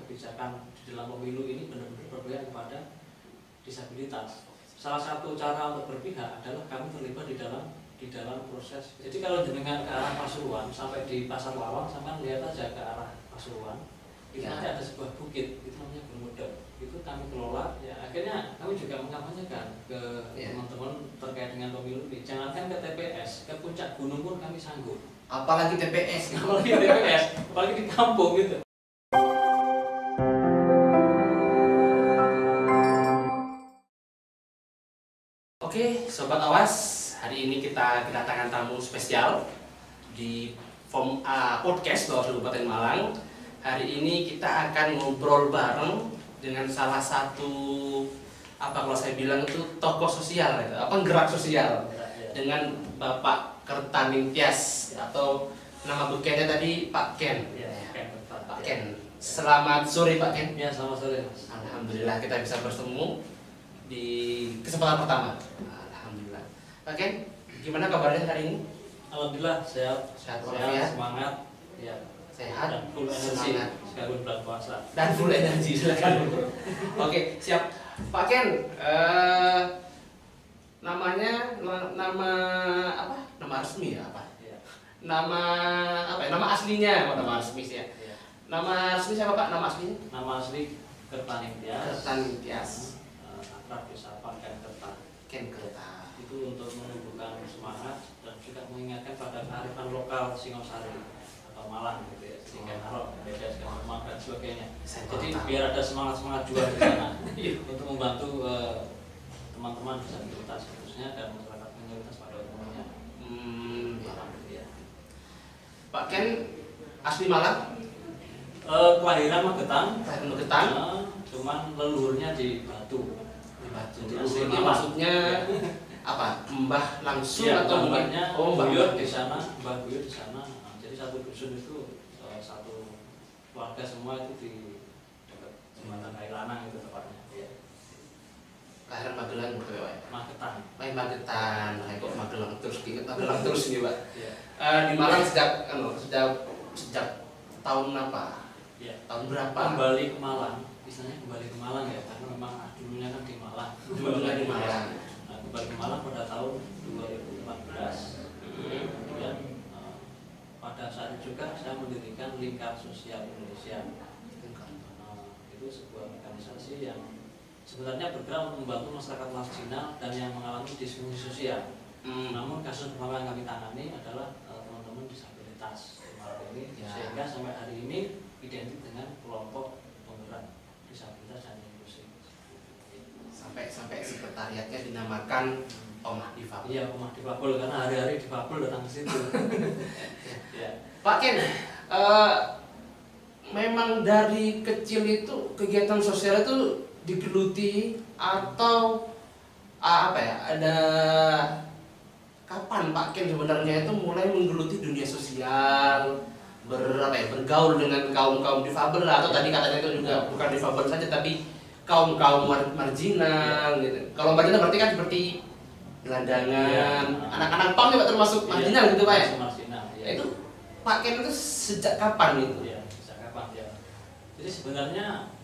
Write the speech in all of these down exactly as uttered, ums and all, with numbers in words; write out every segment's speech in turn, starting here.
kebijakan di dalam pemilu ini benar-benar berpihak kepada disabilitas. Salah satu cara untuk berpihak adalah kami terlibat di dalam di dalam proses. Jadi kalau jenengan ke arah Pasuruan sampai di Pasar Lawang, sampai lihat aja ke arah Pasuruan, itu ya. Nanti ada sebuah bukit, itu namanya Gunung Medok. Itu kami kelola. Ya akhirnya kami juga mengkampanyekan ke ya. teman-teman terkait dengan pemilu ini. Jangankan ke T P S, ke puncak gunung pun kami sanggup. Apalagi T P S, apalagi T P S, apalagi di kampung gitu. Oke, Sobat Awas, hari ini kita kedatangan tamu spesial di Form A Podcast Bawaslu Kabupaten Malang. Hari ini kita akan ngobrol bareng dengan salah satu, apa kalau saya bilang itu tokoh sosial, apa gerak sosial, dengan Bapak Kertaning Tias atau nama bukannya tadi Pak Ken. Ya, Ken. Pak Ken. Selamat sore Pak Ken. Ya, selamat sore Mas. Alhamdulillah kita bisa bertemu di kesempatan pertama. Alhamdulillah. Pak Ken, gimana kabarnya hari ini? Alhamdulillah sehat, sehat, sehat semangat, ya, sehat, dan full energi, sekalipun bulan puasa. Dan full energi, silakan. Oke, siap. Pak Ken, uh, namanya nama apa? Nama resmi ya apa? Ya. Nama apa? Ya? Nama aslinya, oh, nama resmi sih ya. Ya. Nama resmi siapa Pak? Nama aslinya? Nama asli Kertaning Tias. Kertaning Tias. Uh, akrab disapa Ken Kerta. Ken Kerta. Itu untuk menumbuhkan semangat dan juga mengingatkan pada kearifan lokal Singosari atau Malang gitu ya. Sehingga Narok, beda segala macam dan sebagainya. Jadi biar ada semangat-semangat juang di sana untuk membantu teman-teman uh, disabilitas khususnya dan masyarakat minoritas pada umumnya. Hmm, ya. Pak Ken asli Malang? Uh, kelahiran Magetan. Kelahiran Magetan. Uh, cuman leluhurnya di Batu. Di Batu. Jadi aslinya maksudnya apa? Mbah langsung ya, atau mbahnya oh, mbah buyut di sana, mbah buyut di sana. Nah, jadi satu dusun itu uh, satu keluarga semua itu di dekat jembatan Kailanang itu tepatnya. Ya. Kelahiran Magelang gitu ya Pak? Magetan. Main Magetan, nah, kok Magelang terus ingat Magelang terus nih Pak. Ya. Uh, di Malang sejak anu, sejak sejak tahun apa? Ya. Tahun berapa? Kembali ke Malang, misalnya kembali ke Malang ya, karena memang dulunya kan di Malang. Dulunya di Malang. Nah, kembali ke Malang pada tahun dua ribu empat belas. Hmm. Kemudian uh, pada saat itu juga saya mendirikan Lingkar Sosial Indonesia. Uh, itu sebuah organisasi yang sebenarnya bergerak untuk membantu masyarakat marginal dan yang mengalami diskriminisasi sosial. Hmm. Namun kasus pertama yang kami tangani adalah uh, teman-teman disabilitas ini, ya. Sehingga sampai hari ini identik dengan kelompok penggerak disabilitas dan inklusi. Sampai sampai sekretariatnya dinamakan Omah Difabel. Iya, Omah Difabel karena hari-hari difabel datang ke situ. Ya. Pak Ken, uh, memang dari kecil itu kegiatan sosial itu digeluti atau uh, apa ya? Ada kapan Pak Ken sebenarnya itu mulai menggeluti dunia sosial? Ber, apa ya, bergaul dengan kaum-kaum difabel atau tadi katanya itu juga bukan difabel saja tapi kaum-kaum mar marginal ya. Gitu. Kalau marginal berarti kan seperti gelandangan, anak-anak pang juga termasuk ya, marginal gitu Pak ya? Marginal, ya. Itu Pak Ken itu sejak kapan itu? Ya, sejak kapan ya. Jadi sebenarnya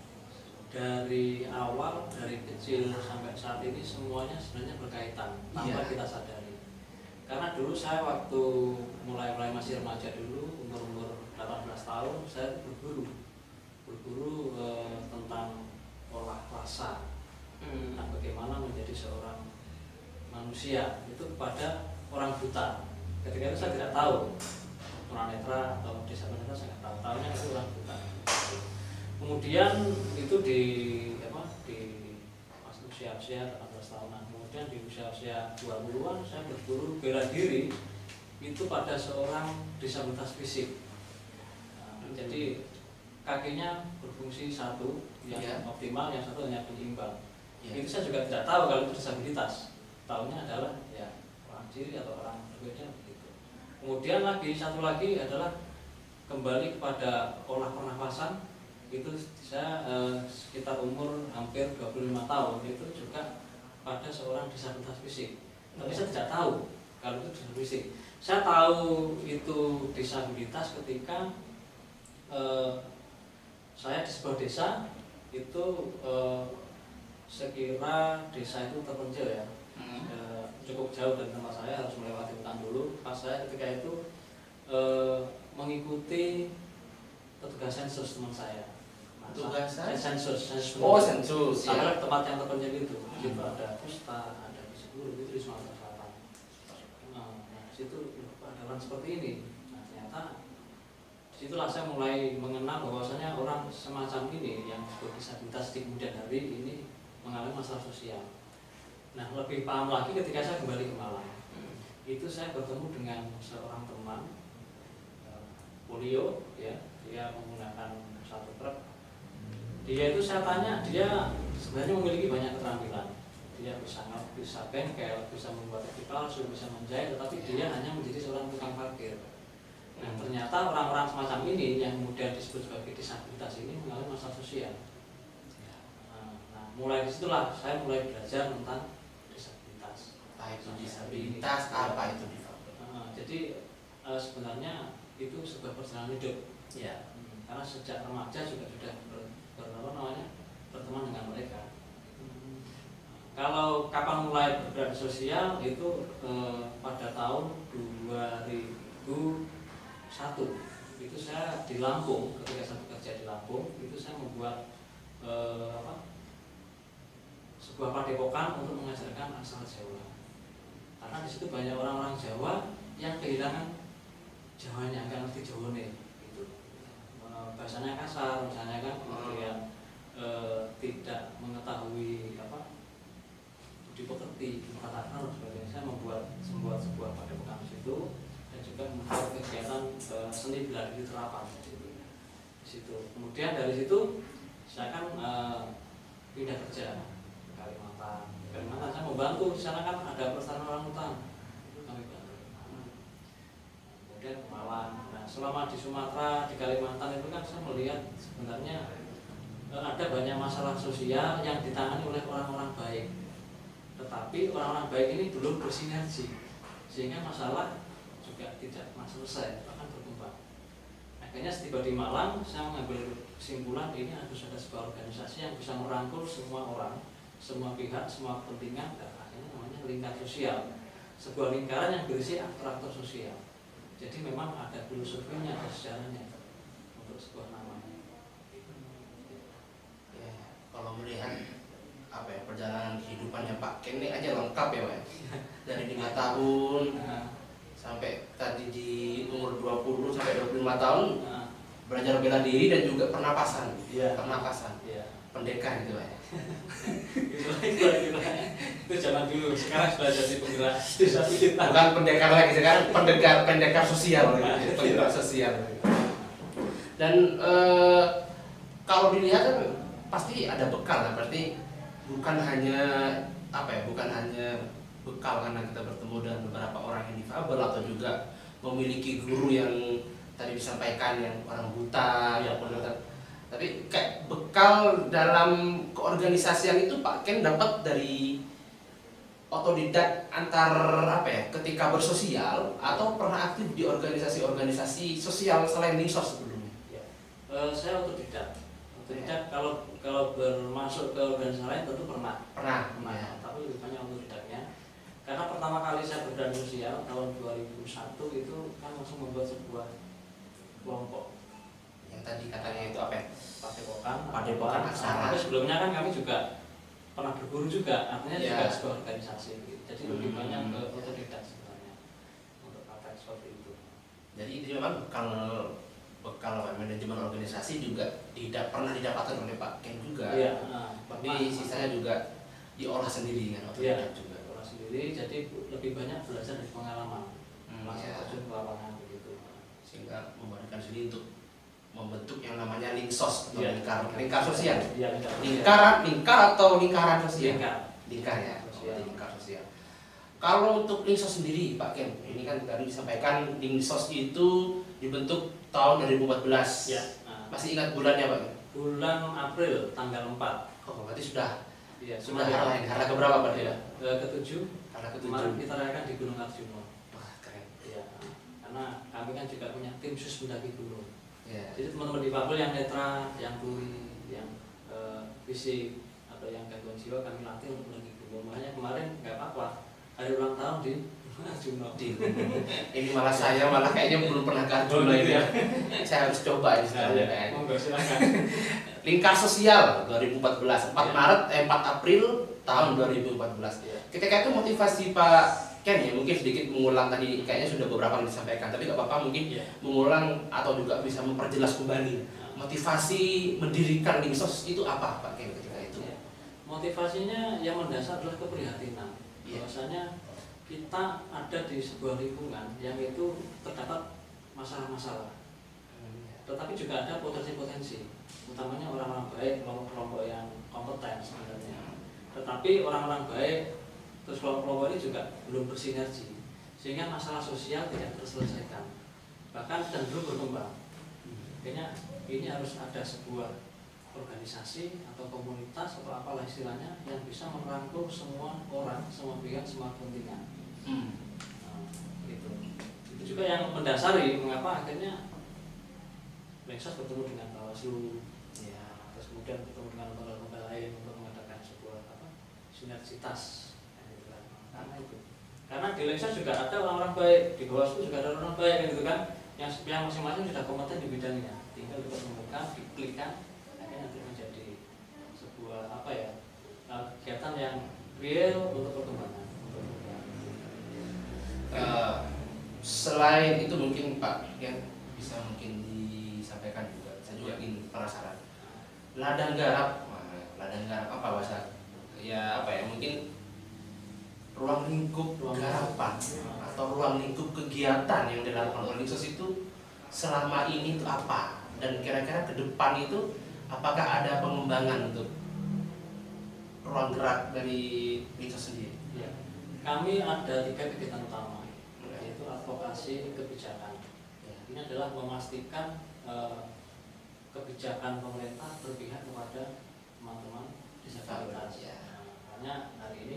dari awal, dari kecil sampai saat ini semuanya sebenarnya berkaitan tanpa ya. Kita sadari. Karena dulu saya waktu mulai-mulai masih remaja dulu, umur-umur delapan belas tahun, saya berburu berburu e, tentang olah rasa, hmm. Nah bagaimana menjadi seorang manusia itu kepada orang buta. Ketika itu saya tidak tahu tunanetra atau disabilitas, saya tidak tahu, tahunya itu orang buta. Kemudian itu di apa di pas usia-usia delapan belas tahunan, kemudian di usia-usia dua puluhan saya berburu bela diri itu pada seorang disabilitas fisik. Nah, jadi kakinya berfungsi satu yang ya. Optimal, yang satu hanya penyeimbang. Ya. Itu saya juga tidak tahu kalau itu disabilitas. Tahunya adalah ya orang ciri atau orang berbeda begitu. Kemudian lagi satu lagi adalah kembali kepada olah pernafasan. Itu saya eh, sekitar umur hampir dua puluh lima tahun itu juga pada seorang disabilitas fisik. Tapi ya. Saya tidak tahu kalau itu disabilitas fisik. Saya tahu itu disabilitas ketika eh, saya di sebuah desa itu eh, sekira desa itu terpencil ya, hmm. eh, cukup jauh dari tempat saya, harus melewati hutan dulu. Pas saya ketika itu eh, mengikuti petugas sensus teman saya. Petugas sensus, sensus. Oh sensus. Sama ya. Tempat yang terpencil itu, hmm. Gitu ada Pusta, ada Gisi Guru, itu di Sumatera Selatan. Nah, nah situ ada orang seperti ini. Nah ternyata disitulah saya mulai mengenal bahwasanya orang semacam ini yang berdisabilitas di kemudian hari ini mengalami masalah sosial. Nah lebih paham lagi ketika saya kembali ke Malang. Hmm. Itu saya bertemu dengan seorang teman polio, ya, dia menggunakan satu truk. Dia itu saya tanya, dia sebenarnya memiliki banyak keterampilan. Dia bisa bisa bengkel, bisa membuat kaki palsu, bisa menjahit, tetapi dia hanya menjadi seorang tukang parkir. Nah ternyata orang-orang semacam ini yang kemudian disebut sebagai disabilitas ini mengalami masalah sosial. Nah, nah mulai disitulah saya mulai belajar tentang disabilitas. Apa itu disabilitas? Apa itu difabel? Nah, jadi eh, sebenarnya itu sebuah perjalanan hidup. Ya. Hmm, karena sejak remaja juga sudah ber, ber, apa namanya, berteman dengan mereka. Hmm. Kalau kapan mulai bergerak di sosial itu eh, pada tahun dua ribu satu itu saya di Lampung, ketika saya bekerja di Lampung itu saya membuat eh, apa, sebuah padepokan untuk mengajarkan aksara Jawa. Karena di situ banyak orang-orang Jawa yang kehilangan Jawanya, nggak ngerti Jawane gitu. E, bahasanya kasar misalnya kan, kemudian e, tidak mengetahui apa budi pekerti, katakan sebagainya. Saya membuat membuat sebuah padepokan di situ dan juga membuat kegiatan e, seni bela diri terapan di situ. Kemudian dari situ saya kan e, pindah kerja ke Kalimantan. Kalimantan saya membantu di sana kan ada pelestarian orang hutan. Ke Malang. Nah, selama di Sumatera, di Kalimantan itu kan saya melihat sebenarnya e, ada banyak masalah sosial yang ditangani oleh orang-orang baik. Tetapi orang-orang baik ini belum bersinergi, sehingga masalah juga tidak pernah selesai, bahkan berkembang. Akhirnya setiba di Malang, saya mengambil kesimpulan ini harus ada sebuah organisasi yang bisa merangkul semua orang, semua pihak, semua kepentingan, dan akhirnya namanya lingkar sosial. Sebuah lingkaran yang berisi aktor-aktor sosial. Jadi memang ada filosofinya, ada sejarahnya untuk sebuah nama. Ya, kalau melihat apa ya perjalanan kehidupannya Pak Ken ini aja lengkap ya Pak. Dari lima tahun nah. sampai tadi di umur dua puluh sampai dua puluh lima tahun nah. belajar bela diri dan juga pernapasan. Ya. Pernapasan. Ya. Pendekar gitu Pak. Itu zaman dulu, sekarang sudah jadi penggerak disabilitas. Bukan pendekar lagi, sekarang pendekar pendekar sosial, pendekar sosial. Dan e, kalau dilihat kan pasti ada bekal lah, berarti bukan hanya apa ya, bukan hanya bekal karena kita bertemu dengan beberapa orang yang difabel atau juga memiliki guru yang tadi disampaikan yang orang buta, ya, ya. Tapi kayak bekal dalam keorganisasian itu Pak Ken dapat dari otodidak antar apa ya, ketika bersosial atau pernah aktif di organisasi-organisasi sosial selain Lingsos sebelumnya? Ya. E, saya otodidak. Otodidak ya. kalau kalau bermasuk ke organisasi lain tentu pernah. Pernah. Pernah. Ya. Tapi lebih banyak otodidaknya. Karena pertama kali saya bergerak sosial tahun dua ribu satu itu kan langsung membuat sebuah kelompok. Yang tadi katanya itu apa ya? Padepokan. Padepokan aksara. Tapi sebelumnya kan kami juga pernah berguru juga, artinya ya. juga sebuah organisasi. Gitu. Jadi hmm. lebih banyak ke otodidak sebenarnya untuk praktek seperti itu. Jadi itu memang bekal bekal manajemen organisasi juga tidak pernah didapatkan oleh Pak Ken juga. Iya. Nah, tapi sisanya juga diolah sendiri kan otodidak ya, juga. Diolah sendiri, jadi lebih banyak belajar dari pengalaman, hmm, langsung ya. terjun ke lapangan begitu. Sehingga memberikan sendiri untuk membentuk yang namanya lingsos atau ya, lingkar, lingkar sosial. Ya, lingkar, lingkaran, lingkar atau lingkaran sosial? Lingkar, lingkar ya, sosial. Lingkar sosial. Kalau untuk Lingsos sendiri, Pak Ken, ini kan tadi disampaikan Lingsos itu dibentuk tahun dua ribu empat belas. Ya. Nah. Masih ingat bulannya, Pak? Bulan April, tanggal empat. Oh, berarti sudah. Ya, sudah hari lain. Hari keberapa, Pak? Ya, ketujuh. Hari ketujuh. Kemarin kita rayakan di Gunung Arjuna. Wah, keren. Ya, karena kami kan juga punya tim sus mendaki gunung. Yeah. Jadi teman-teman difabel yang netra, yang tuli, yang uh, fisik atau yang gangguan jiwa kami latih untuk meninggi gunung. Makanya kemarin nggak apa-apa hari ulang tahun di Arjuna. Di ini malah saya malah kayaknya belum pernah ke Arjuna ini ya. Saya harus coba ini sekali kan. Monggo silakan. Lingkar sosial dua ribu empat belas, empat Ya. Maret eh empat April tahun dua ribu empat belas. Ya. Ketika itu motivasi Pak Ken ya, mungkin sedikit mengulang tadi kayaknya sudah beberapa kali disampaikan, tapi nggak apa-apa mungkin Ya. mengulang atau juga bisa memperjelas kembali. Ya. Motivasi mendirikan Linsos itu apa Pak Ken ketika itu? Ya. Motivasinya yang mendasar adalah keprihatinan. Ya. Bahwasanya kita ada di sebuah lingkungan yang itu terdapat masalah-masalah, tetapi juga ada potensi-potensi, utamanya orang-orang baik, kelompok-kelompok yang kompeten sebenarnya. Tetapi orang-orang baik terus kelompok-kelompok ini juga belum bersinergi, sehingga masalah sosial tidak terselesaikan, bahkan cenderung berkembang. Kayaknya ini harus ada sebuah organisasi atau komunitas atau apalah istilahnya yang bisa merangkul semua orang, semua pihak, semua kepentingan. Hmm. Nah, gitu. Itu juga yang mendasari mengapa akhirnya Linsos bertemu dengan Bawaslu, ya, terus kemudian bertemu dengan lembaga-lembaga lain untuk mengadakan sebuah apa sinergitas, gitu kan. Karena itu, karena di Linsos juga ada orang-orang baik, di Bawaslu juga ada orang baik, gitu kan, yang yang masing-masing sudah kompeten di bidangnya, tinggal kita temukan, diklikkan, akhirnya nanti menjadi sebuah apa ya kegiatan yang real untuk perkembangan. Uh, selain itu mungkin Pak yang bisa mungkin disampaikan juga, saya juga ingin penasaran. Ladang garap, wah, ladang garap apa bahasa? Ya apa ya mungkin ruang lingkup Ruang garapan atau ruang lingkup kegiatan yang dilakukan oleh Linsos itu selama ini itu apa? Dan kira-kira ke depan itu apakah ada pengembangan untuk ruang gerak dari Linsos sendiri? Ya. Kami ada tiga kegiatan utama, yaitu advokasi kebijakan. Ya, ini adalah memastikan eh, kebijakan pemerintah berpihak kepada teman-teman disabilitas. Ya. Nah, makanya hari ini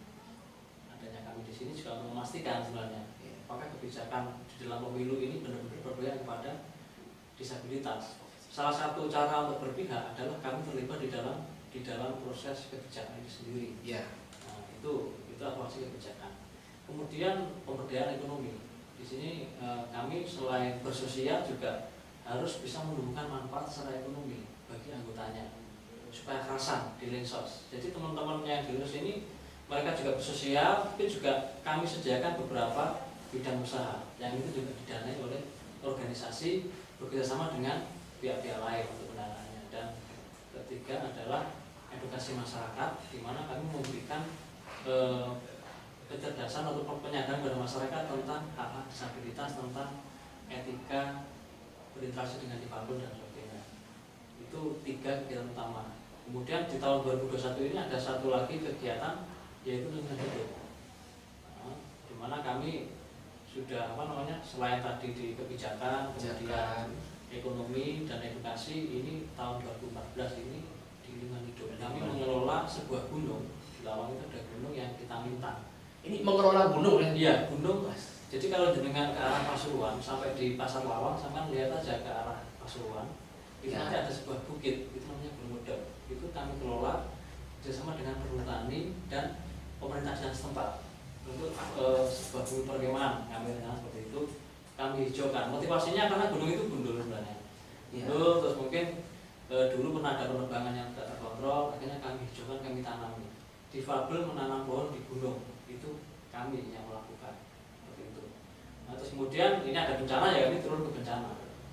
adanya kami di sini juga untuk memastikan sebenarnya Ya. apakah kebijakan di dalam pemilu ini benar-benar berpihak kepada disabilitas. Salah satu cara untuk berpihak adalah kami terlibat di dalam di dalam proses kebijakan itu sendiri. Ya. Nah, itu itu advokasi kebijakan. Kemudian pemberdayaan ekonomi. Di sini eh, kami selain bersosial juga harus bisa menumbuhkan manfaat secara ekonomi bagi anggotanya supaya kerasan di Linsos. Jadi teman-teman yang di Linsos ini mereka juga bersosial, tapi juga kami sediakan beberapa bidang usaha yang itu juga didanai oleh organisasi bekerjasama dengan pihak-pihak lain untuk pendanaannya. Dan ketiga adalah edukasi masyarakat, di mana kami memberikan eh, kecerdasan atau penyadaran pada masyarakat tentang hak-hak disabilitas, tentang etika berinteraksi dengan difabel dan sebagainya. Itu tiga kegiatan utama. Kemudian di tahun dua ribu dua puluh satu ini ada satu lagi kegiatan yaitu lingkungan hidup, nah, di mana kami sudah apa namanya selain tadi di kebijakan, kemudian ekonomi dan edukasi, ini tahun dua ribu empat belas ini di lingkungan hidup kami mengelola sebuah gunung. Di Lawang itu ada gunung yang kita minta. Ini mengelola gunung ya? Iya, gunung mas. Jadi kalau dengan ke arah Pasuruan sampai di Pasar Lawang, sampai lihat aja ke arah Pasuruan, itu Ya. nanti ada sebuah bukit, itu namanya Gunung Medok. Itu kami kelola bersama dengan perhutani dan pemerintah desa setempat untuk e, sebuah bumi perkemahan. Kami rencana seperti itu, kami hijaukan. Motivasinya karena gunung itu gundul sebenarnya. Ya. Gundul, terus mungkin e, dulu pernah ada penerbangan yang tidak terkontrol, akhirnya kami hijaukan, kami tanami. Difabel menanam pohon di gunung, itu kami yang melakukan seperti itu. Nah, terus kemudian ini ada bencana ya, kami turun ke bencana.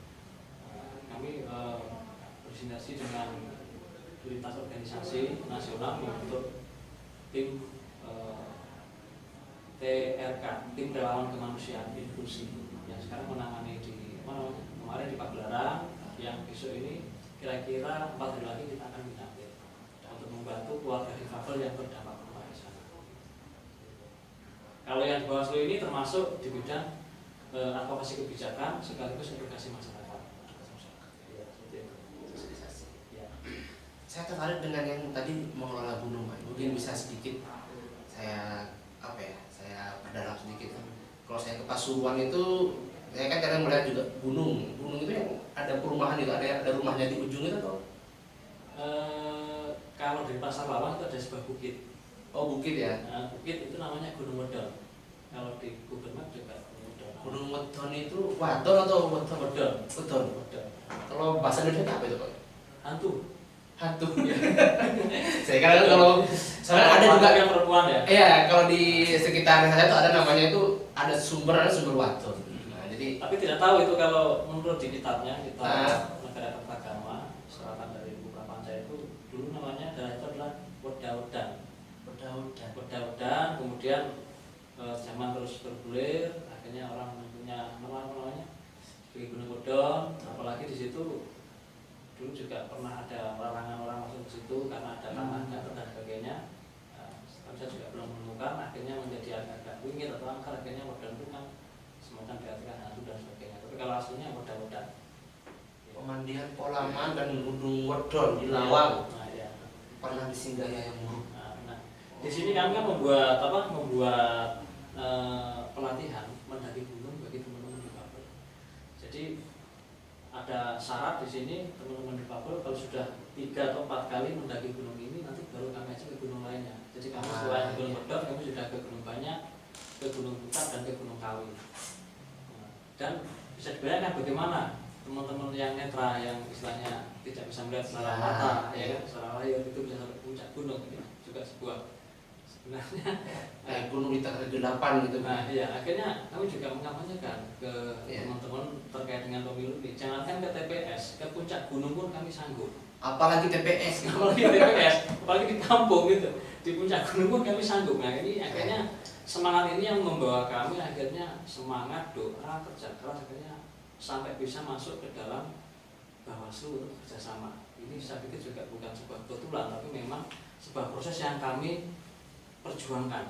Nah, kami e, bersinergi dengan lintas organisasi nasional untuk tim e, T R K, tim relawan kemanusiaan inklusi, yang sekarang menangani di mana kemarin di Pagelaran, yang besok ini kira-kira empat hari lagi kita akan diambil untuk membantu keluarga difabel yang terdampak gempa di sana. Kalau yang di Bawaslu ini termasuk di bidang e, advokasi kebijakan sekaligus edukasi masyarakat. Ya, seperti itu. Ya. Saya tertarik dengan yang tadi mengelola gunung, Pak. Mungkin bisa sedikit saya apa ya? Saya perdalam sedikit. Kalau saya ke Pasuruan itu, saya kan kadang melihat juga gunung. Gunung itu yang ada perumahan itu, ada ada rumahnya di ujung itu atau? Eh, kalau di Pasar Lawang itu ada sebuah bukit. Oh bukit ya? Nah, bukit itu namanya Gunung Wedon. Kalau di Google Map juga Gunung Wedon. Gunung Wedon itu wadon atau wedon? Wedon. Wedon. Wedon. Kalau bahasa Indonesia apa itu Pak? Hantu. Hantu. Saya kira kalau soalnya ada juga yang perempuan ya. Iya, kalau di sekitar saya tuh ada namanya itu ada sumber ada sumber wadon. Nah, jadi tapi tidak tahu itu kalau menurut di kitabnya kita nah, negara Kertagama selatan dari Buka Panca itu dulu namanya adalah itu adalah Wedawedan. Wedawedan. Wedawedan kemudian eh, zaman terus bergulir akhirnya orang punya nama apa namanya sebagai Gunung Wedon. Apalagi di situ dulu juga pernah ada larangan orang masuk ke situ karena ada tanah jatuh dan sebagainya. Nah, saya juga belum menemukan akhirnya menjadi agak-agak wingit atau angker akhirnya Wedon itu kan semacam diartikan hantu dan sebagainya. Tapi kalau aslinya Wedawedan. Pemandian Polaman dan Gunung Wedon di Lawang. Nah, ya. Pernah disinggahi yang buruk. Nah, nah, di sini kami kan membuat apa? Membuat eh, pelatihan mendaki gunung bagi teman-teman difabel. Jadi ada syarat di sini teman-teman difabel kalau sudah tiga atau empat kali mendaki gunung ini nanti baru kami ajak ke gunung lainnya. Jadi kami selain Gunung Wedon, kami sudah ke Gunung Banyak, ke Gunung Pucat dan ke Gunung Kawi. Nah, dan bisa dibayangkan bagaimana teman-teman yang netra yang istilahnya tidak bisa melihat secara mata, ya kan, secara layar itu bisa sampai puncak gunung ini juga sebuah sebenarnya kayak gunung di tanggal delapan gitu. Nah iya, akhirnya kami juga mengampanyekan ke ya. teman-teman terkait dengan pemilu ini. Jangankan ke T P S, ke puncak gunung pun kami sanggup. Apalagi T P S, apalagi T P S, apalagi di kampung gitu, di puncak gunung pun kami sanggup. Nah ini akhirnya semangat ini yang membawa kami akhirnya semangat doa kerja keras akhirnya sampai bisa masuk ke dalam Bawaslu untuk kerjasama. Ini saya pikir juga bukan sebuah kebetulan, tapi memang sebuah proses yang kami perjuangkan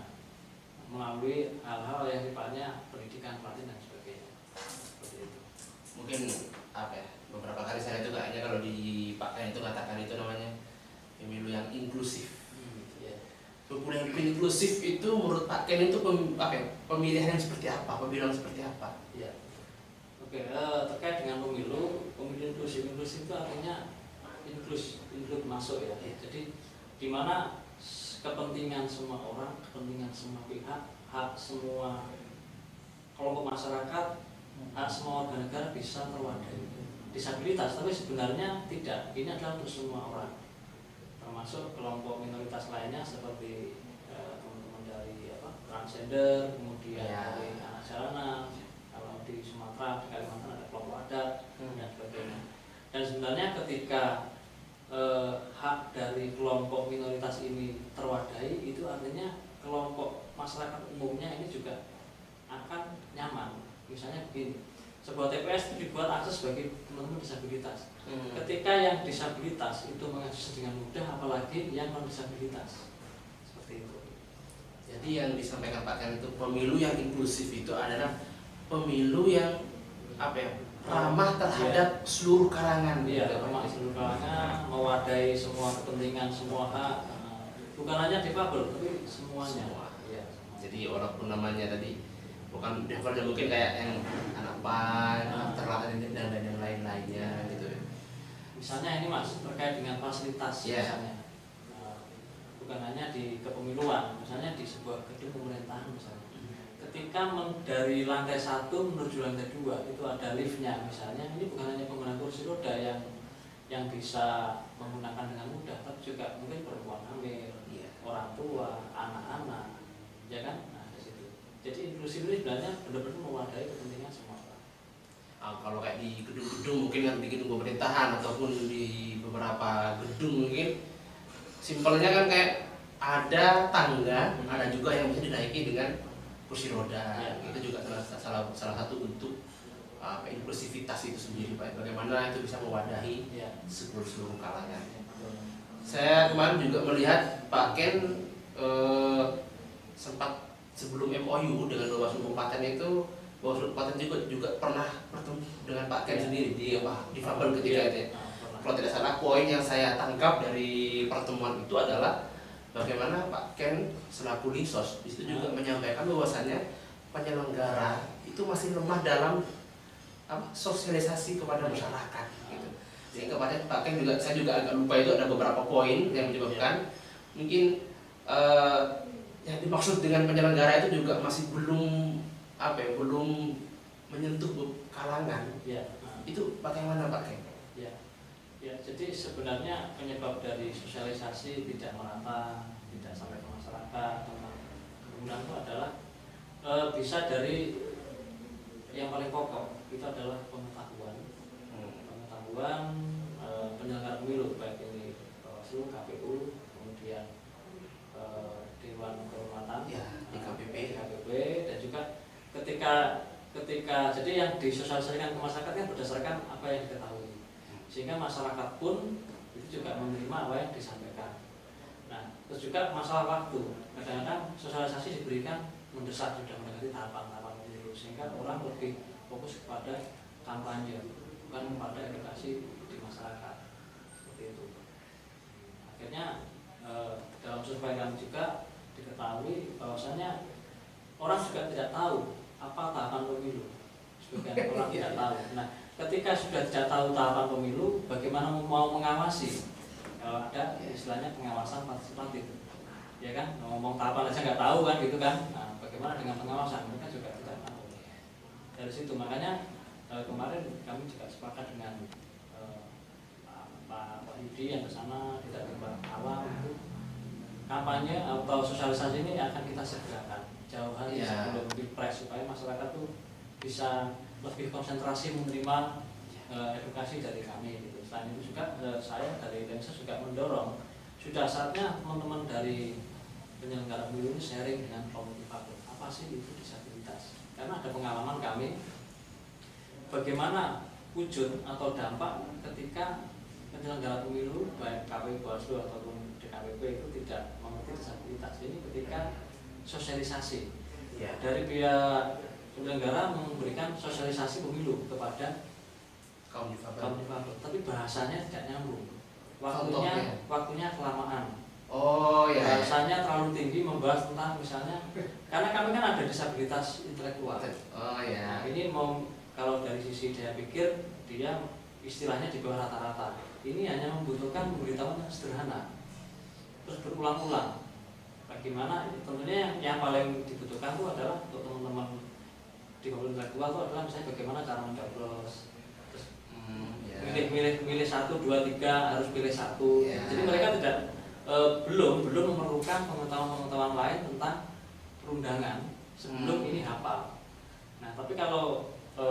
melalui hal-hal yang sifatnya pendidikan, pelatihan dan sebagainya. Seperti itu. Mungkin apa ya? Beberapa kali saya juga hanya kalau di Pak Ken itu katakan itu namanya pemilu yang inklusif. Hmm, yeah. Pemilu yang inklusif itu menurut Pak Ken itu pem, apa ya? Pemilihan yang seperti apa? Pemilihan seperti apa? Yeah. Oke, eh, terkait dengan pemilu, pemilu inklusif inklusif itu artinya inklus, inklus masuk ya. Yeah. Jadi di mana kepentingan semua orang, kepentingan semua pihak, hak semua kelompok masyarakat, hak semua warga negara bisa terwadahi. Disabilitas, tapi sebenarnya tidak. Ini adalah untuk semua orang, termasuk kelompok minoritas lainnya seperti eh, teman-teman dari apa, transgender, kemudian ya. Dari anak jalanan. Kalau di Sumatera, di Kalimantan ada kelompok adat hmm. dan sebagainya. Dan sebenarnya ketika Eh, hak dari kelompok minoritas ini terwadahi, itu artinya kelompok masyarakat umumnya ini juga akan nyaman. Misalnya begini, sebuah T P S itu dibuat akses bagi teman-teman disabilitas. Hmm. Ketika yang disabilitas itu mengakses dengan mudah, apalagi yang non disabilitas. Seperti itu. Jadi yang disampaikan Pak Ken itu pemilu yang inklusif itu adalah pemilu yang apa ya? Ramah terhadap ya. Seluruh kalangan. Iya, ramah seluruh kalangan, mewadahi semua kepentingan, semua hak, bukan hanya difabel, tapi semuanya. Semua. Ya. Jadi walaupun namanya tadi bukan difabel, mungkin kayak yang anak pan, nah. terlatih dan dan yang lain-lainnya gitu. Misalnya ini Mas terkait dengan fasilitas, yeah. misalnya, nah, bukan hanya di kepemiluan, misalnya di sebuah gedung pemerintahan misalnya. Ketika dari lantai satu menuju lantai dua itu ada liftnya misalnya, ini bukan hanya pengguna kursi roda yang yang bisa menggunakan dengan mudah, tapi juga mungkin perempuan hamil, ya. Orang tua, anak-anak, ya kan? Nah di situ. Jadi inklusif ini sebenarnya benar-benar mewadahi kepentingan semua orang. Nah, kalau kayak di gedung-gedung mungkin yang di gedung pemerintahan ataupun di beberapa gedung mungkin simpelnya kan kayak ada tangga, hmm. ada juga yang bisa dinaiki dengan kursi roda, ya. Itu juga salah, salah, salah satu untuk uh, inklusivitas itu sendiri Pak. Bagaimana itu bisa mewadahi ya. seluruh seluruh kalangan. Ya. Saya kemarin juga melihat Pak Ken eh, sempat sebelum M O U dengan Bawaslu Kabupaten itu, Bawaslu Kabupaten juga juga pernah bertemu dengan Pak Ken ya. sendiri di wah, di Fabel ketika ya. itu. Ya. Nah, kalau tidak salah poin yang saya tangkap dari pertemuan itu adalah bagaimana Pak Ken selaku Linsos itu juga hmm. menyampaikan bahwasannya penyelenggara itu masih lemah dalam apa sosialisasi kepada masyarakat gitu. Sehingga pada Pak Ken juga saya juga agak lupa itu ada beberapa poin yang menyebabkan mungkin uh, yang dimaksud dengan penyelenggara itu juga masih belum apa ya belum menyentuh kalangan. Ya. Nah. Itu bagaimana Pak Ken? Ya. Ya, jadi sebenarnya penyebab dari sosialisasi tidak merata, tidak sampai ke masyarakat tentang penggunaan itu adalah e, bisa dari yang paling pokok itu adalah pengetahuan, hmm. pengetahuan e, penyelenggara pemilu baik ini Bawaslu, K P U, kemudian e, Dewan Kehormatan, ya, D K P P, D K P P, dan juga ketika ketika jadi yang disosialisasikan ke masyarakat kan berdasarkan apa yang diketahui. Sehingga masyarakat pun itu juga menerima apa yang disampaikan. Nah, terus juga masalah waktu. Kadang-kadang sosialisasi diberikan mendesak sudah mendekati tahapan-tahapan pemilu, sehingga orang lebih fokus kepada kampanye, bukan kepada edukasi di masyarakat. Seperti itu. Akhirnya eh, dalam survei kami juga diketahui bahwasanya orang juga tidak tahu apa tahapan pemilu. Sebagian orang tidak tahu. Nah, ketika sudah tidak tahu tahapan pemilu, bagaimana mau mengawasi? Kalau ada istilahnya pengawasan partisipatif, ya kan? Ngomong tahapan aja nggak tahu kan, gitu kan? Nah, bagaimana dengan pengawasan? Mereka juga tidak tahu. Dari situ makanya eh, kemarin kami juga sepakat dengan eh, Pak Pak Yudi yang ke sana tidak tiba awal itu kampanye atau sosialisasi ini akan kita segerakan jauh hari ya. Sebelum Pilpres supaya masyarakat tuh bisa lebih konsentrasi menerima uh, edukasi dari kami gitu. Selain itu juga uh, saya dari Indonesia juga mendorong sudah saatnya teman-teman dari penyelenggara pemilu ini sharing dengan kaum difabel. Apa sih itu disabilitas? Karena ada pengalaman kami bagaimana wujud atau dampak ketika penyelenggara pemilu baik K P U, Bawaslu ataupun D K P P itu tidak mengerti disabilitas. Ini ketika sosialisasi ya. Dari pihak penyelenggara memberikan sosialisasi pemilu kepada kaum difabel, kaum difabel, tapi bahasanya tidak nyambung. Waktunya, Contohnya. waktunya kelamaan. Oh ya. Bahasanya terlalu tinggi membahas tentang misalnya, karena kami kan ada disabilitas intelektual. Oh ya. Nah, ini mau kalau dari sisi dia pikir dia istilahnya di bawah rata-rata. Ini hanya membutuhkan pemberitahuan yang sederhana, terus berulang-ulang. Bagaimana? Tentunya yang, yang paling dibutuhkan itu adalah untuk teman-teman di komunitas intelektual itu adalah misalnya bagaimana cara mencoblos, terus hmm, yeah. milih milih milih satu dua tiga harus pilih satu. Yeah. Jadi mereka tidak e, belum belum memerlukan pengetahuan-pengetahuan lain tentang perundangan sebelum hmm. ini hafal. Nah, tapi kalau e,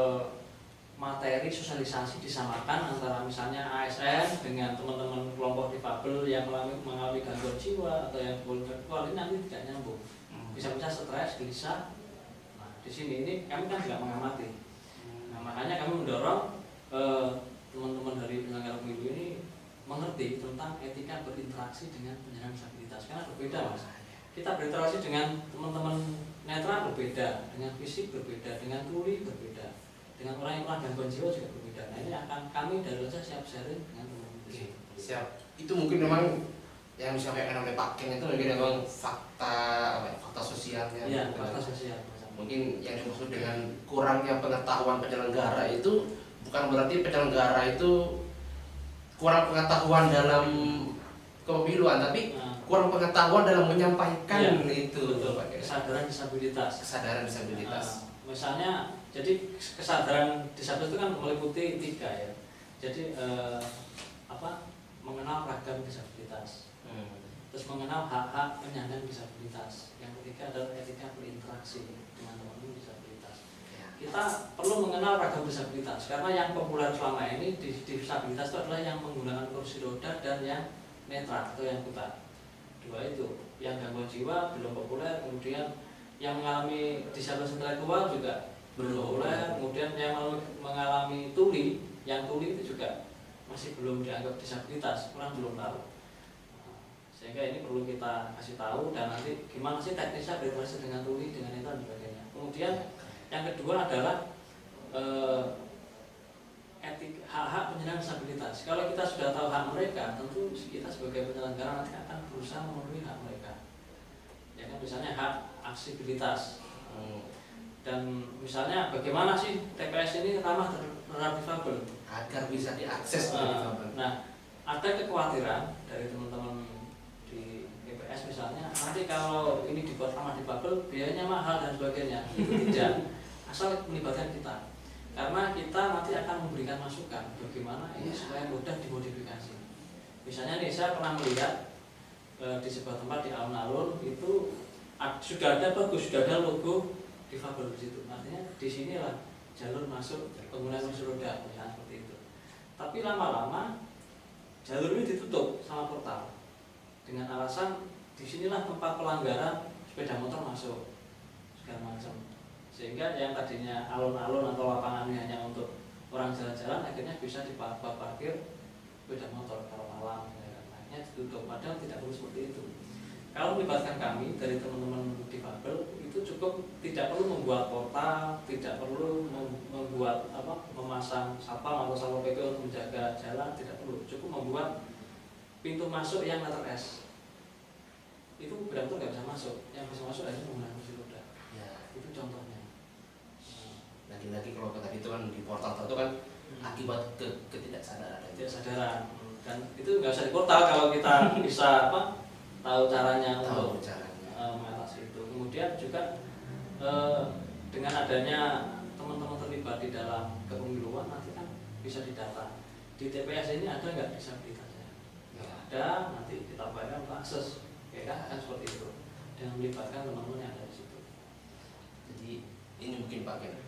materi sosialisasi disamakan antara misalnya A S N dengan teman-teman kelompok difabel yang mengalami, mengalami gangguan jiwa atau yang intelektual, ini nanti tidak nyambung. Bisa-bisa stres, gelisah. Nah, di sini ini kami kan juga mengamati. Nah, makanya kami mendorong eh, teman-teman dari penyelenggara pemilu ini mengerti tentang etika berinteraksi dengan penyandang disabilitas. Karena berbeda, Mas. Kita berinteraksi dengan teman-teman netra berbeda, dengan fisik berbeda, dengan tuli berbeda. Dengan orang yang pernah gangguan jiwa juga berbeda. Nah, ini akan kami dari saja siap sharing dengan teman-teman. Oke, siap. Itu mungkin memang yang disampaikan oleh Pak Ken itu mungkin memang fakta apa ya, fakta sosialnya. Iya, fakta sosial. Mungkin yang dimaksud dengan kurangnya pengetahuan penyelenggara itu bukan berarti penyelenggara itu kurang pengetahuan dalam kepemiluan, tapi nah, kurang pengetahuan dalam menyampaikan iya, itu. Betul, Pak. Kesadaran disabilitas. Kesadaran disabilitas. Nah, misalnya jadi kesadaran disabilitas itu kan meliputi tiga ya. Jadi eh, apa mengenal ragam disabilitas, hmm. terus mengenal hak-hak penyandang disabilitas. Yang ketiga adalah etika berinteraksi dengan teman-teman disabilitas. Ya. Kita perlu mengenal ragam disabilitas karena yang populer selama ini di disabilitas itu adalah yang menggunakan kursi roda dan yang netra atau yang buta. Dua itu. Yang gangguan jiwa belum populer, kemudian yang mengalami disabilitas intelektual juga belum populer, kemudian yang mengalami tuli, yang tuli itu juga masih belum dianggap disabilitas, orang belum tahu. Sehingga ini perlu kita kasih tahu dan nanti gimana sih teknisnya berinteraksi dengan tuli, dengan itu dan sebagainya. Kemudian yang kedua adalah eh, etik hak-hak penyandang disabilitas. Kalau kita sudah tahu hak mereka, tentu kita sebagai penyelenggara nanti akan berusaha memenuhi hak mereka. Ya kan, misalnya hak aksibilitas. Hmm. Dan misalnya bagaimana sih T P S ini ramah terhadap difabel agar bisa diakses oleh difabel. Nah, ada kekhawatiran dari teman-teman di T P S misalnya, nanti kalau ini dibuat ramah difabel biayanya mahal dan sebagainya. Itu tidak, asal melibatkan kita. Karena kita nanti akan memberikan masukan bagaimana ini supaya mudah dimodifikasi. Misalnya nih, saya pernah melihat e, di sebuah tempat di alun-alun itu ad, sudah ada bagus, sudah ada logo difabel di situ. Artinya di sinilah jalur masuk pengguna kursi roda, misalnya seperti itu. Tapi lama-lama jalur ini ditutup sama portal dengan alasan disinilah tempat pelanggaran sepeda motor masuk segala macam. Sehingga yang tadinya alun-alun atau lapangannya hanya untuk orang jalan-jalan akhirnya bisa diparkir sepeda motor kalau malam, akhirnya ditutup. Padahal tidak perlu seperti itu. Kalau melibatkan kami dari teman-teman difabel itu cukup, tidak perlu membuat portal, tidak perlu membuat apa memasang satpam atau satpol P P untuk menjaga jalan, tidak perlu. Cukup membuat pintu masuk yang letter S. Itu benar-benar nggak bisa masuk. Yang bisa masuk hanya menggunakan kursi roda. Ya. Itu contohnya. Lagi-lagi kalau tadi itu kan di portal itu kan hmm. akibat ke ketidaksadaran. Ketidaksadaran. Dan itu nggak usah di portal kalau kita bisa apa? Tahu caranya tahu untuk caranya uh, mengatasi itu. Kemudian juga uh, dengan adanya teman-teman terlibat di dalam kepemiluan nanti kan bisa didata di T P S ini ada nggak disabilitasnya. Ya. Ada, nanti kita bayar untuk akses, ya kan, kan seperti itu. Dengan melibatkan teman-teman yang ada di situ. Jadi ini mungkin Pak Ken,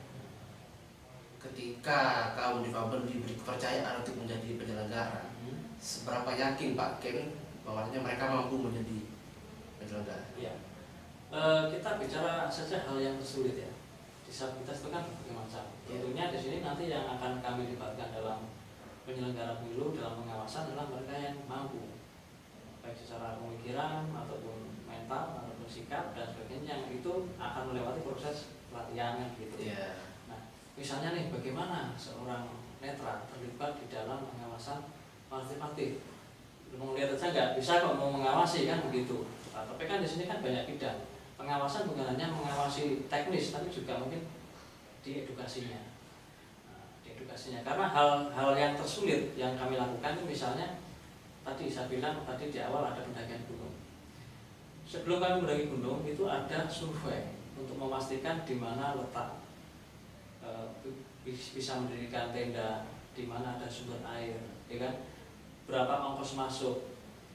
ketika kaum difabel diberi kepercayaan untuk menjadi penyelenggara, hmm. seberapa yakin Pak Ken bahwasanya mereka mampu menjadi penyelenggara? Ya, e, kita bicara saja hal yang tersulit ya. Disabilitas itu kan berbagai macam. Tentunya di sini nanti yang akan kami libatkan dalam penyelenggara pemilu dalam pengawasan adalah mereka yang mampu, baik secara pemikiran ataupun mental ataupun sikap dan sebagainya, yang itu akan melewati proses pelatihan gitu. Yeah. Nah, misalnya nih, bagaimana seorang netra terlibat di dalam pengawasan partisipatif? Mau lihat aja nggak bisa kok mau mengawasi kan begitu. Nah, tapi kan di sini kan banyak bidang. Pengawasan bukan hanya mengawasi teknis, tapi juga mungkin di edukasinya. Nah, di edukasinya. Karena hal-hal yang tersulit yang kami lakukan itu misalnya tadi saya bilang tadi di awal ada pendakian gunung. Sebelum kami mendaki gunung itu ada survei untuk memastikan di mana letak e, bisa mendirikan tenda, di mana ada sumber air, ya kan? Berapa ongkos masuk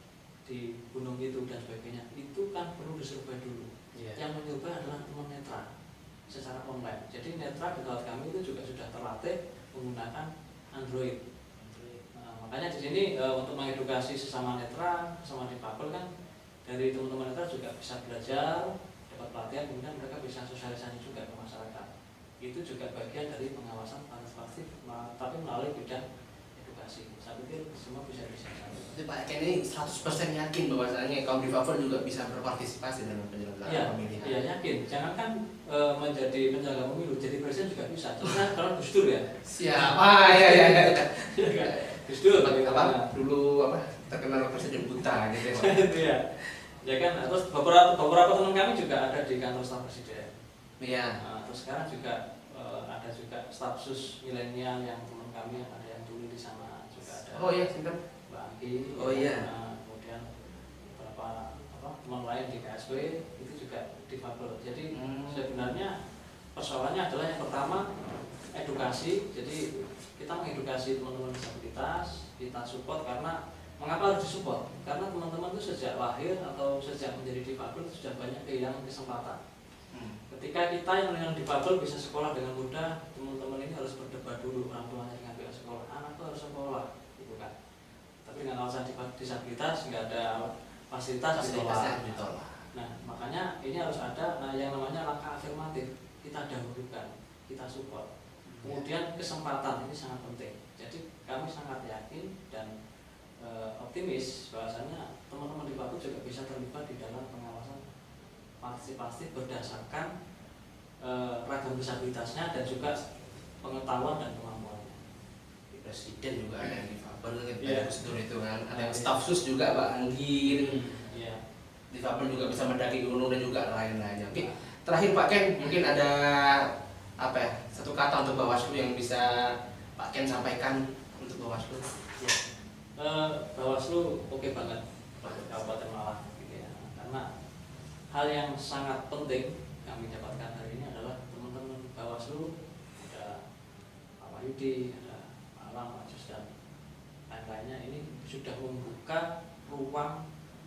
di gunung itu dan sebagainya, itu kan perlu disurvei dulu. Yeah. Yang menyurvei adalah teman netra secara online. Jadi netra di tempat kami itu juga sudah terlatih menggunakan Android. Nah, makanya di sini e, untuk mengedukasi sesama netra, sesama difabel kan dari teman-teman netra juga bisa belajar, dapat pelatihan, kemudian mereka bisa sosialisasi juga ke masyarakat. Itu juga bagian dari pengawasan partisipatif, tapi melalui bidang edukasi. Saya pikir semua bisa bisa. Jadi Pak Ken ini seratus persen yakin bahwasanya kaum difabel juga bisa berpartisipasi dalam penyelenggaraan ya, pemilihan. Iya yakin. Jangankan e, menjadi penyelenggara pemilu, jadi presiden juga bisa. Karena kalau Gus Dur ya. Siapa? Ya ya ya. Gus Dur apa? Dulu apa? Terkenal presiden buta gitu. Itu ya. Ya kan. Terus beberapa beberapa teman kami juga ada di kantor staf presiden. Iya. Nah, terus sekarang juga e, ada juga staf sus milenial yang teman kami yang ada yang dulu di sana juga ada. Oh iya, sinten? Mbak Anggi. Oh iya. Nah, kemudian beberapa apa teman lain di K S W itu juga difabel. Jadi hmm. sebenarnya persoalannya adalah yang pertama edukasi. Jadi kita mengedukasi teman-teman disabilitas, kita support. Karena mengapa harus disupport? Karena teman-teman itu sejak lahir atau sejak menjadi difabel sudah banyak kehilangan kesempatan. Hmm. Ketika kita yang dengan difabel bisa sekolah dengan mudah, teman-teman ini harus berdebat dulu orang tuanya dengan pihak sekolah, anakku harus sekolah, gitu kan. Tapi dengan alasan disabilitas nggak ada fasilitas ditolak. Nah, makanya ini harus ada nah, yang namanya langkah afirmatif. Kita dahulukan, kita support. Kemudian kesempatan ini sangat penting. Jadi kami sangat yakin dan e, optimis bahwasanya teman-teman difabel juga bisa terlibat di dalam pengawasan partisipasi berdasarkan e, ragam disabilitasnya dan juga pengetahuan dan kemampuannya. Di presiden juga ada yang difabel, yeah. Gus itu kan, ada yang staf sus juga Pak Anggi. Yeah. Difabel juga bisa mendaki gunung dan juga lain-lainnya. Oke, terakhir Pak Ken, mungkin ada apa ya, satu kata untuk Bawaslu yang bisa Pak Ken sampaikan untuk Bawaslu. Ya. Uh, Bawaslu oke okay banget Kabupaten Malang gitu ya. Karena hal yang sangat penting kami dapatkan hari ini adalah teman-teman Bawaslu, ada Pak Wahyudi, ada Pak Alam, Pak Jus dan lain-lainnya, ini sudah membuka ruang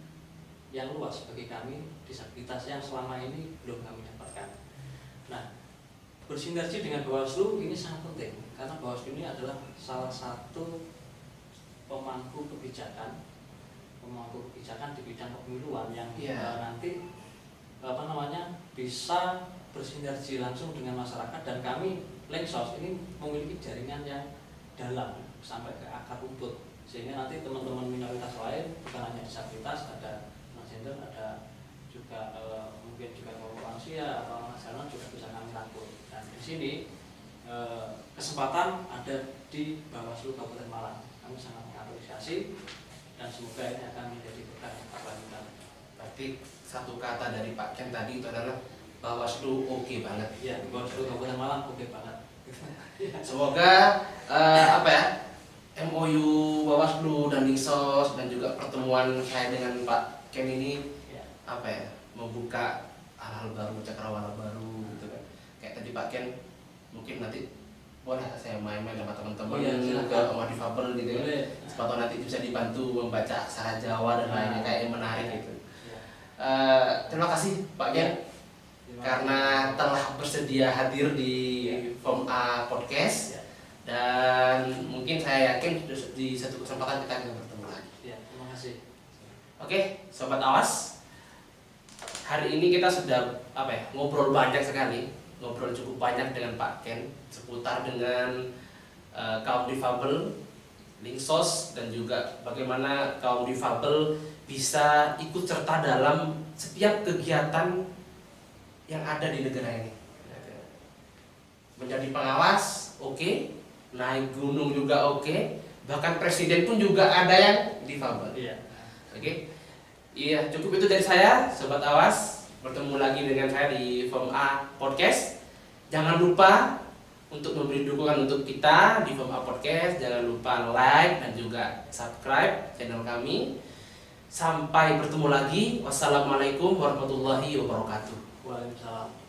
yang luas bagi kami disabilitas yang selama ini belum kami dapatkan. Nah, bersinergi dengan Bawaslu ini sangat penting karena Bawaslu ini adalah salah satu pemangku kebijakan, pemangku kebijakan di bidang kepemiluan yang yeah. uh, nanti apa namanya bisa bersinergi langsung dengan masyarakat, dan kami Linksos ini memiliki jaringan yang dalam sampai ke akar rumput, sehingga nanti teman-teman minoritas lain bukan hanya disabilitas, ada transgender, ada juga uh, mungkin juga kelompok lansia atau nasional juga bisa kami rangkul. Dan di sini uh, kesempatan ada di Bawaslu Kabupaten Malang. Kami sangat mengapresiasi dan semoga ini akan menjadi berkah bagi kami. Berarti satu kata dari Pak Ken tadi itu adalah Bawaslu oke okay banget. Iya, Bawaslu Kabupaten Malang oke okay banget. Semoga uh, apa ya, M O U Bawaslu dan Linksos dan juga pertemuan saya dengan Pak Ken ini ya. apa ya, membuka hal-hal baru, cakrawala baru gitu kan. Kayak tadi Pak Ken mungkin nanti boleh saya main-main sama teman-teman iya, ke rumah difabel gitu ya. Sepatu nanti bisa dibantu membaca aksara Jawa dan nah, lainnya, kayak yang menarik ya. gitu. Ya. Uh, terima kasih Pak Ken ya. karena telah bersedia hadir di ya. Form A Podcast ya. Dan mungkin saya yakin di satu kesempatan kita akan bertemu lagi. Ya, terima kasih. Oke, Sobat Awas, hari ini kita sudah apa ya, ngobrol banyak sekali, ngobrol cukup banyak dengan Pak Ken seputar dengan uh, kaum difabel, Linksos, dan juga bagaimana kaum difabel bisa ikut serta dalam setiap kegiatan yang ada di negara ini. Menjadi pengawas, oke, okay. Naik gunung juga oke, okay. Bahkan presiden pun juga ada yang difabel. Iya. Oke, okay. Iya, cukup itu dari saya, Sobat Awas. Bertemu lagi dengan saya di Form A Podcast. Jangan lupa untuk memberi dukungan untuk kita di Form A Podcast. Jangan lupa like dan juga subscribe channel kami. Sampai bertemu lagi. Wassalamualaikum warahmatullahi wabarakatuh. Waalaikumsalam.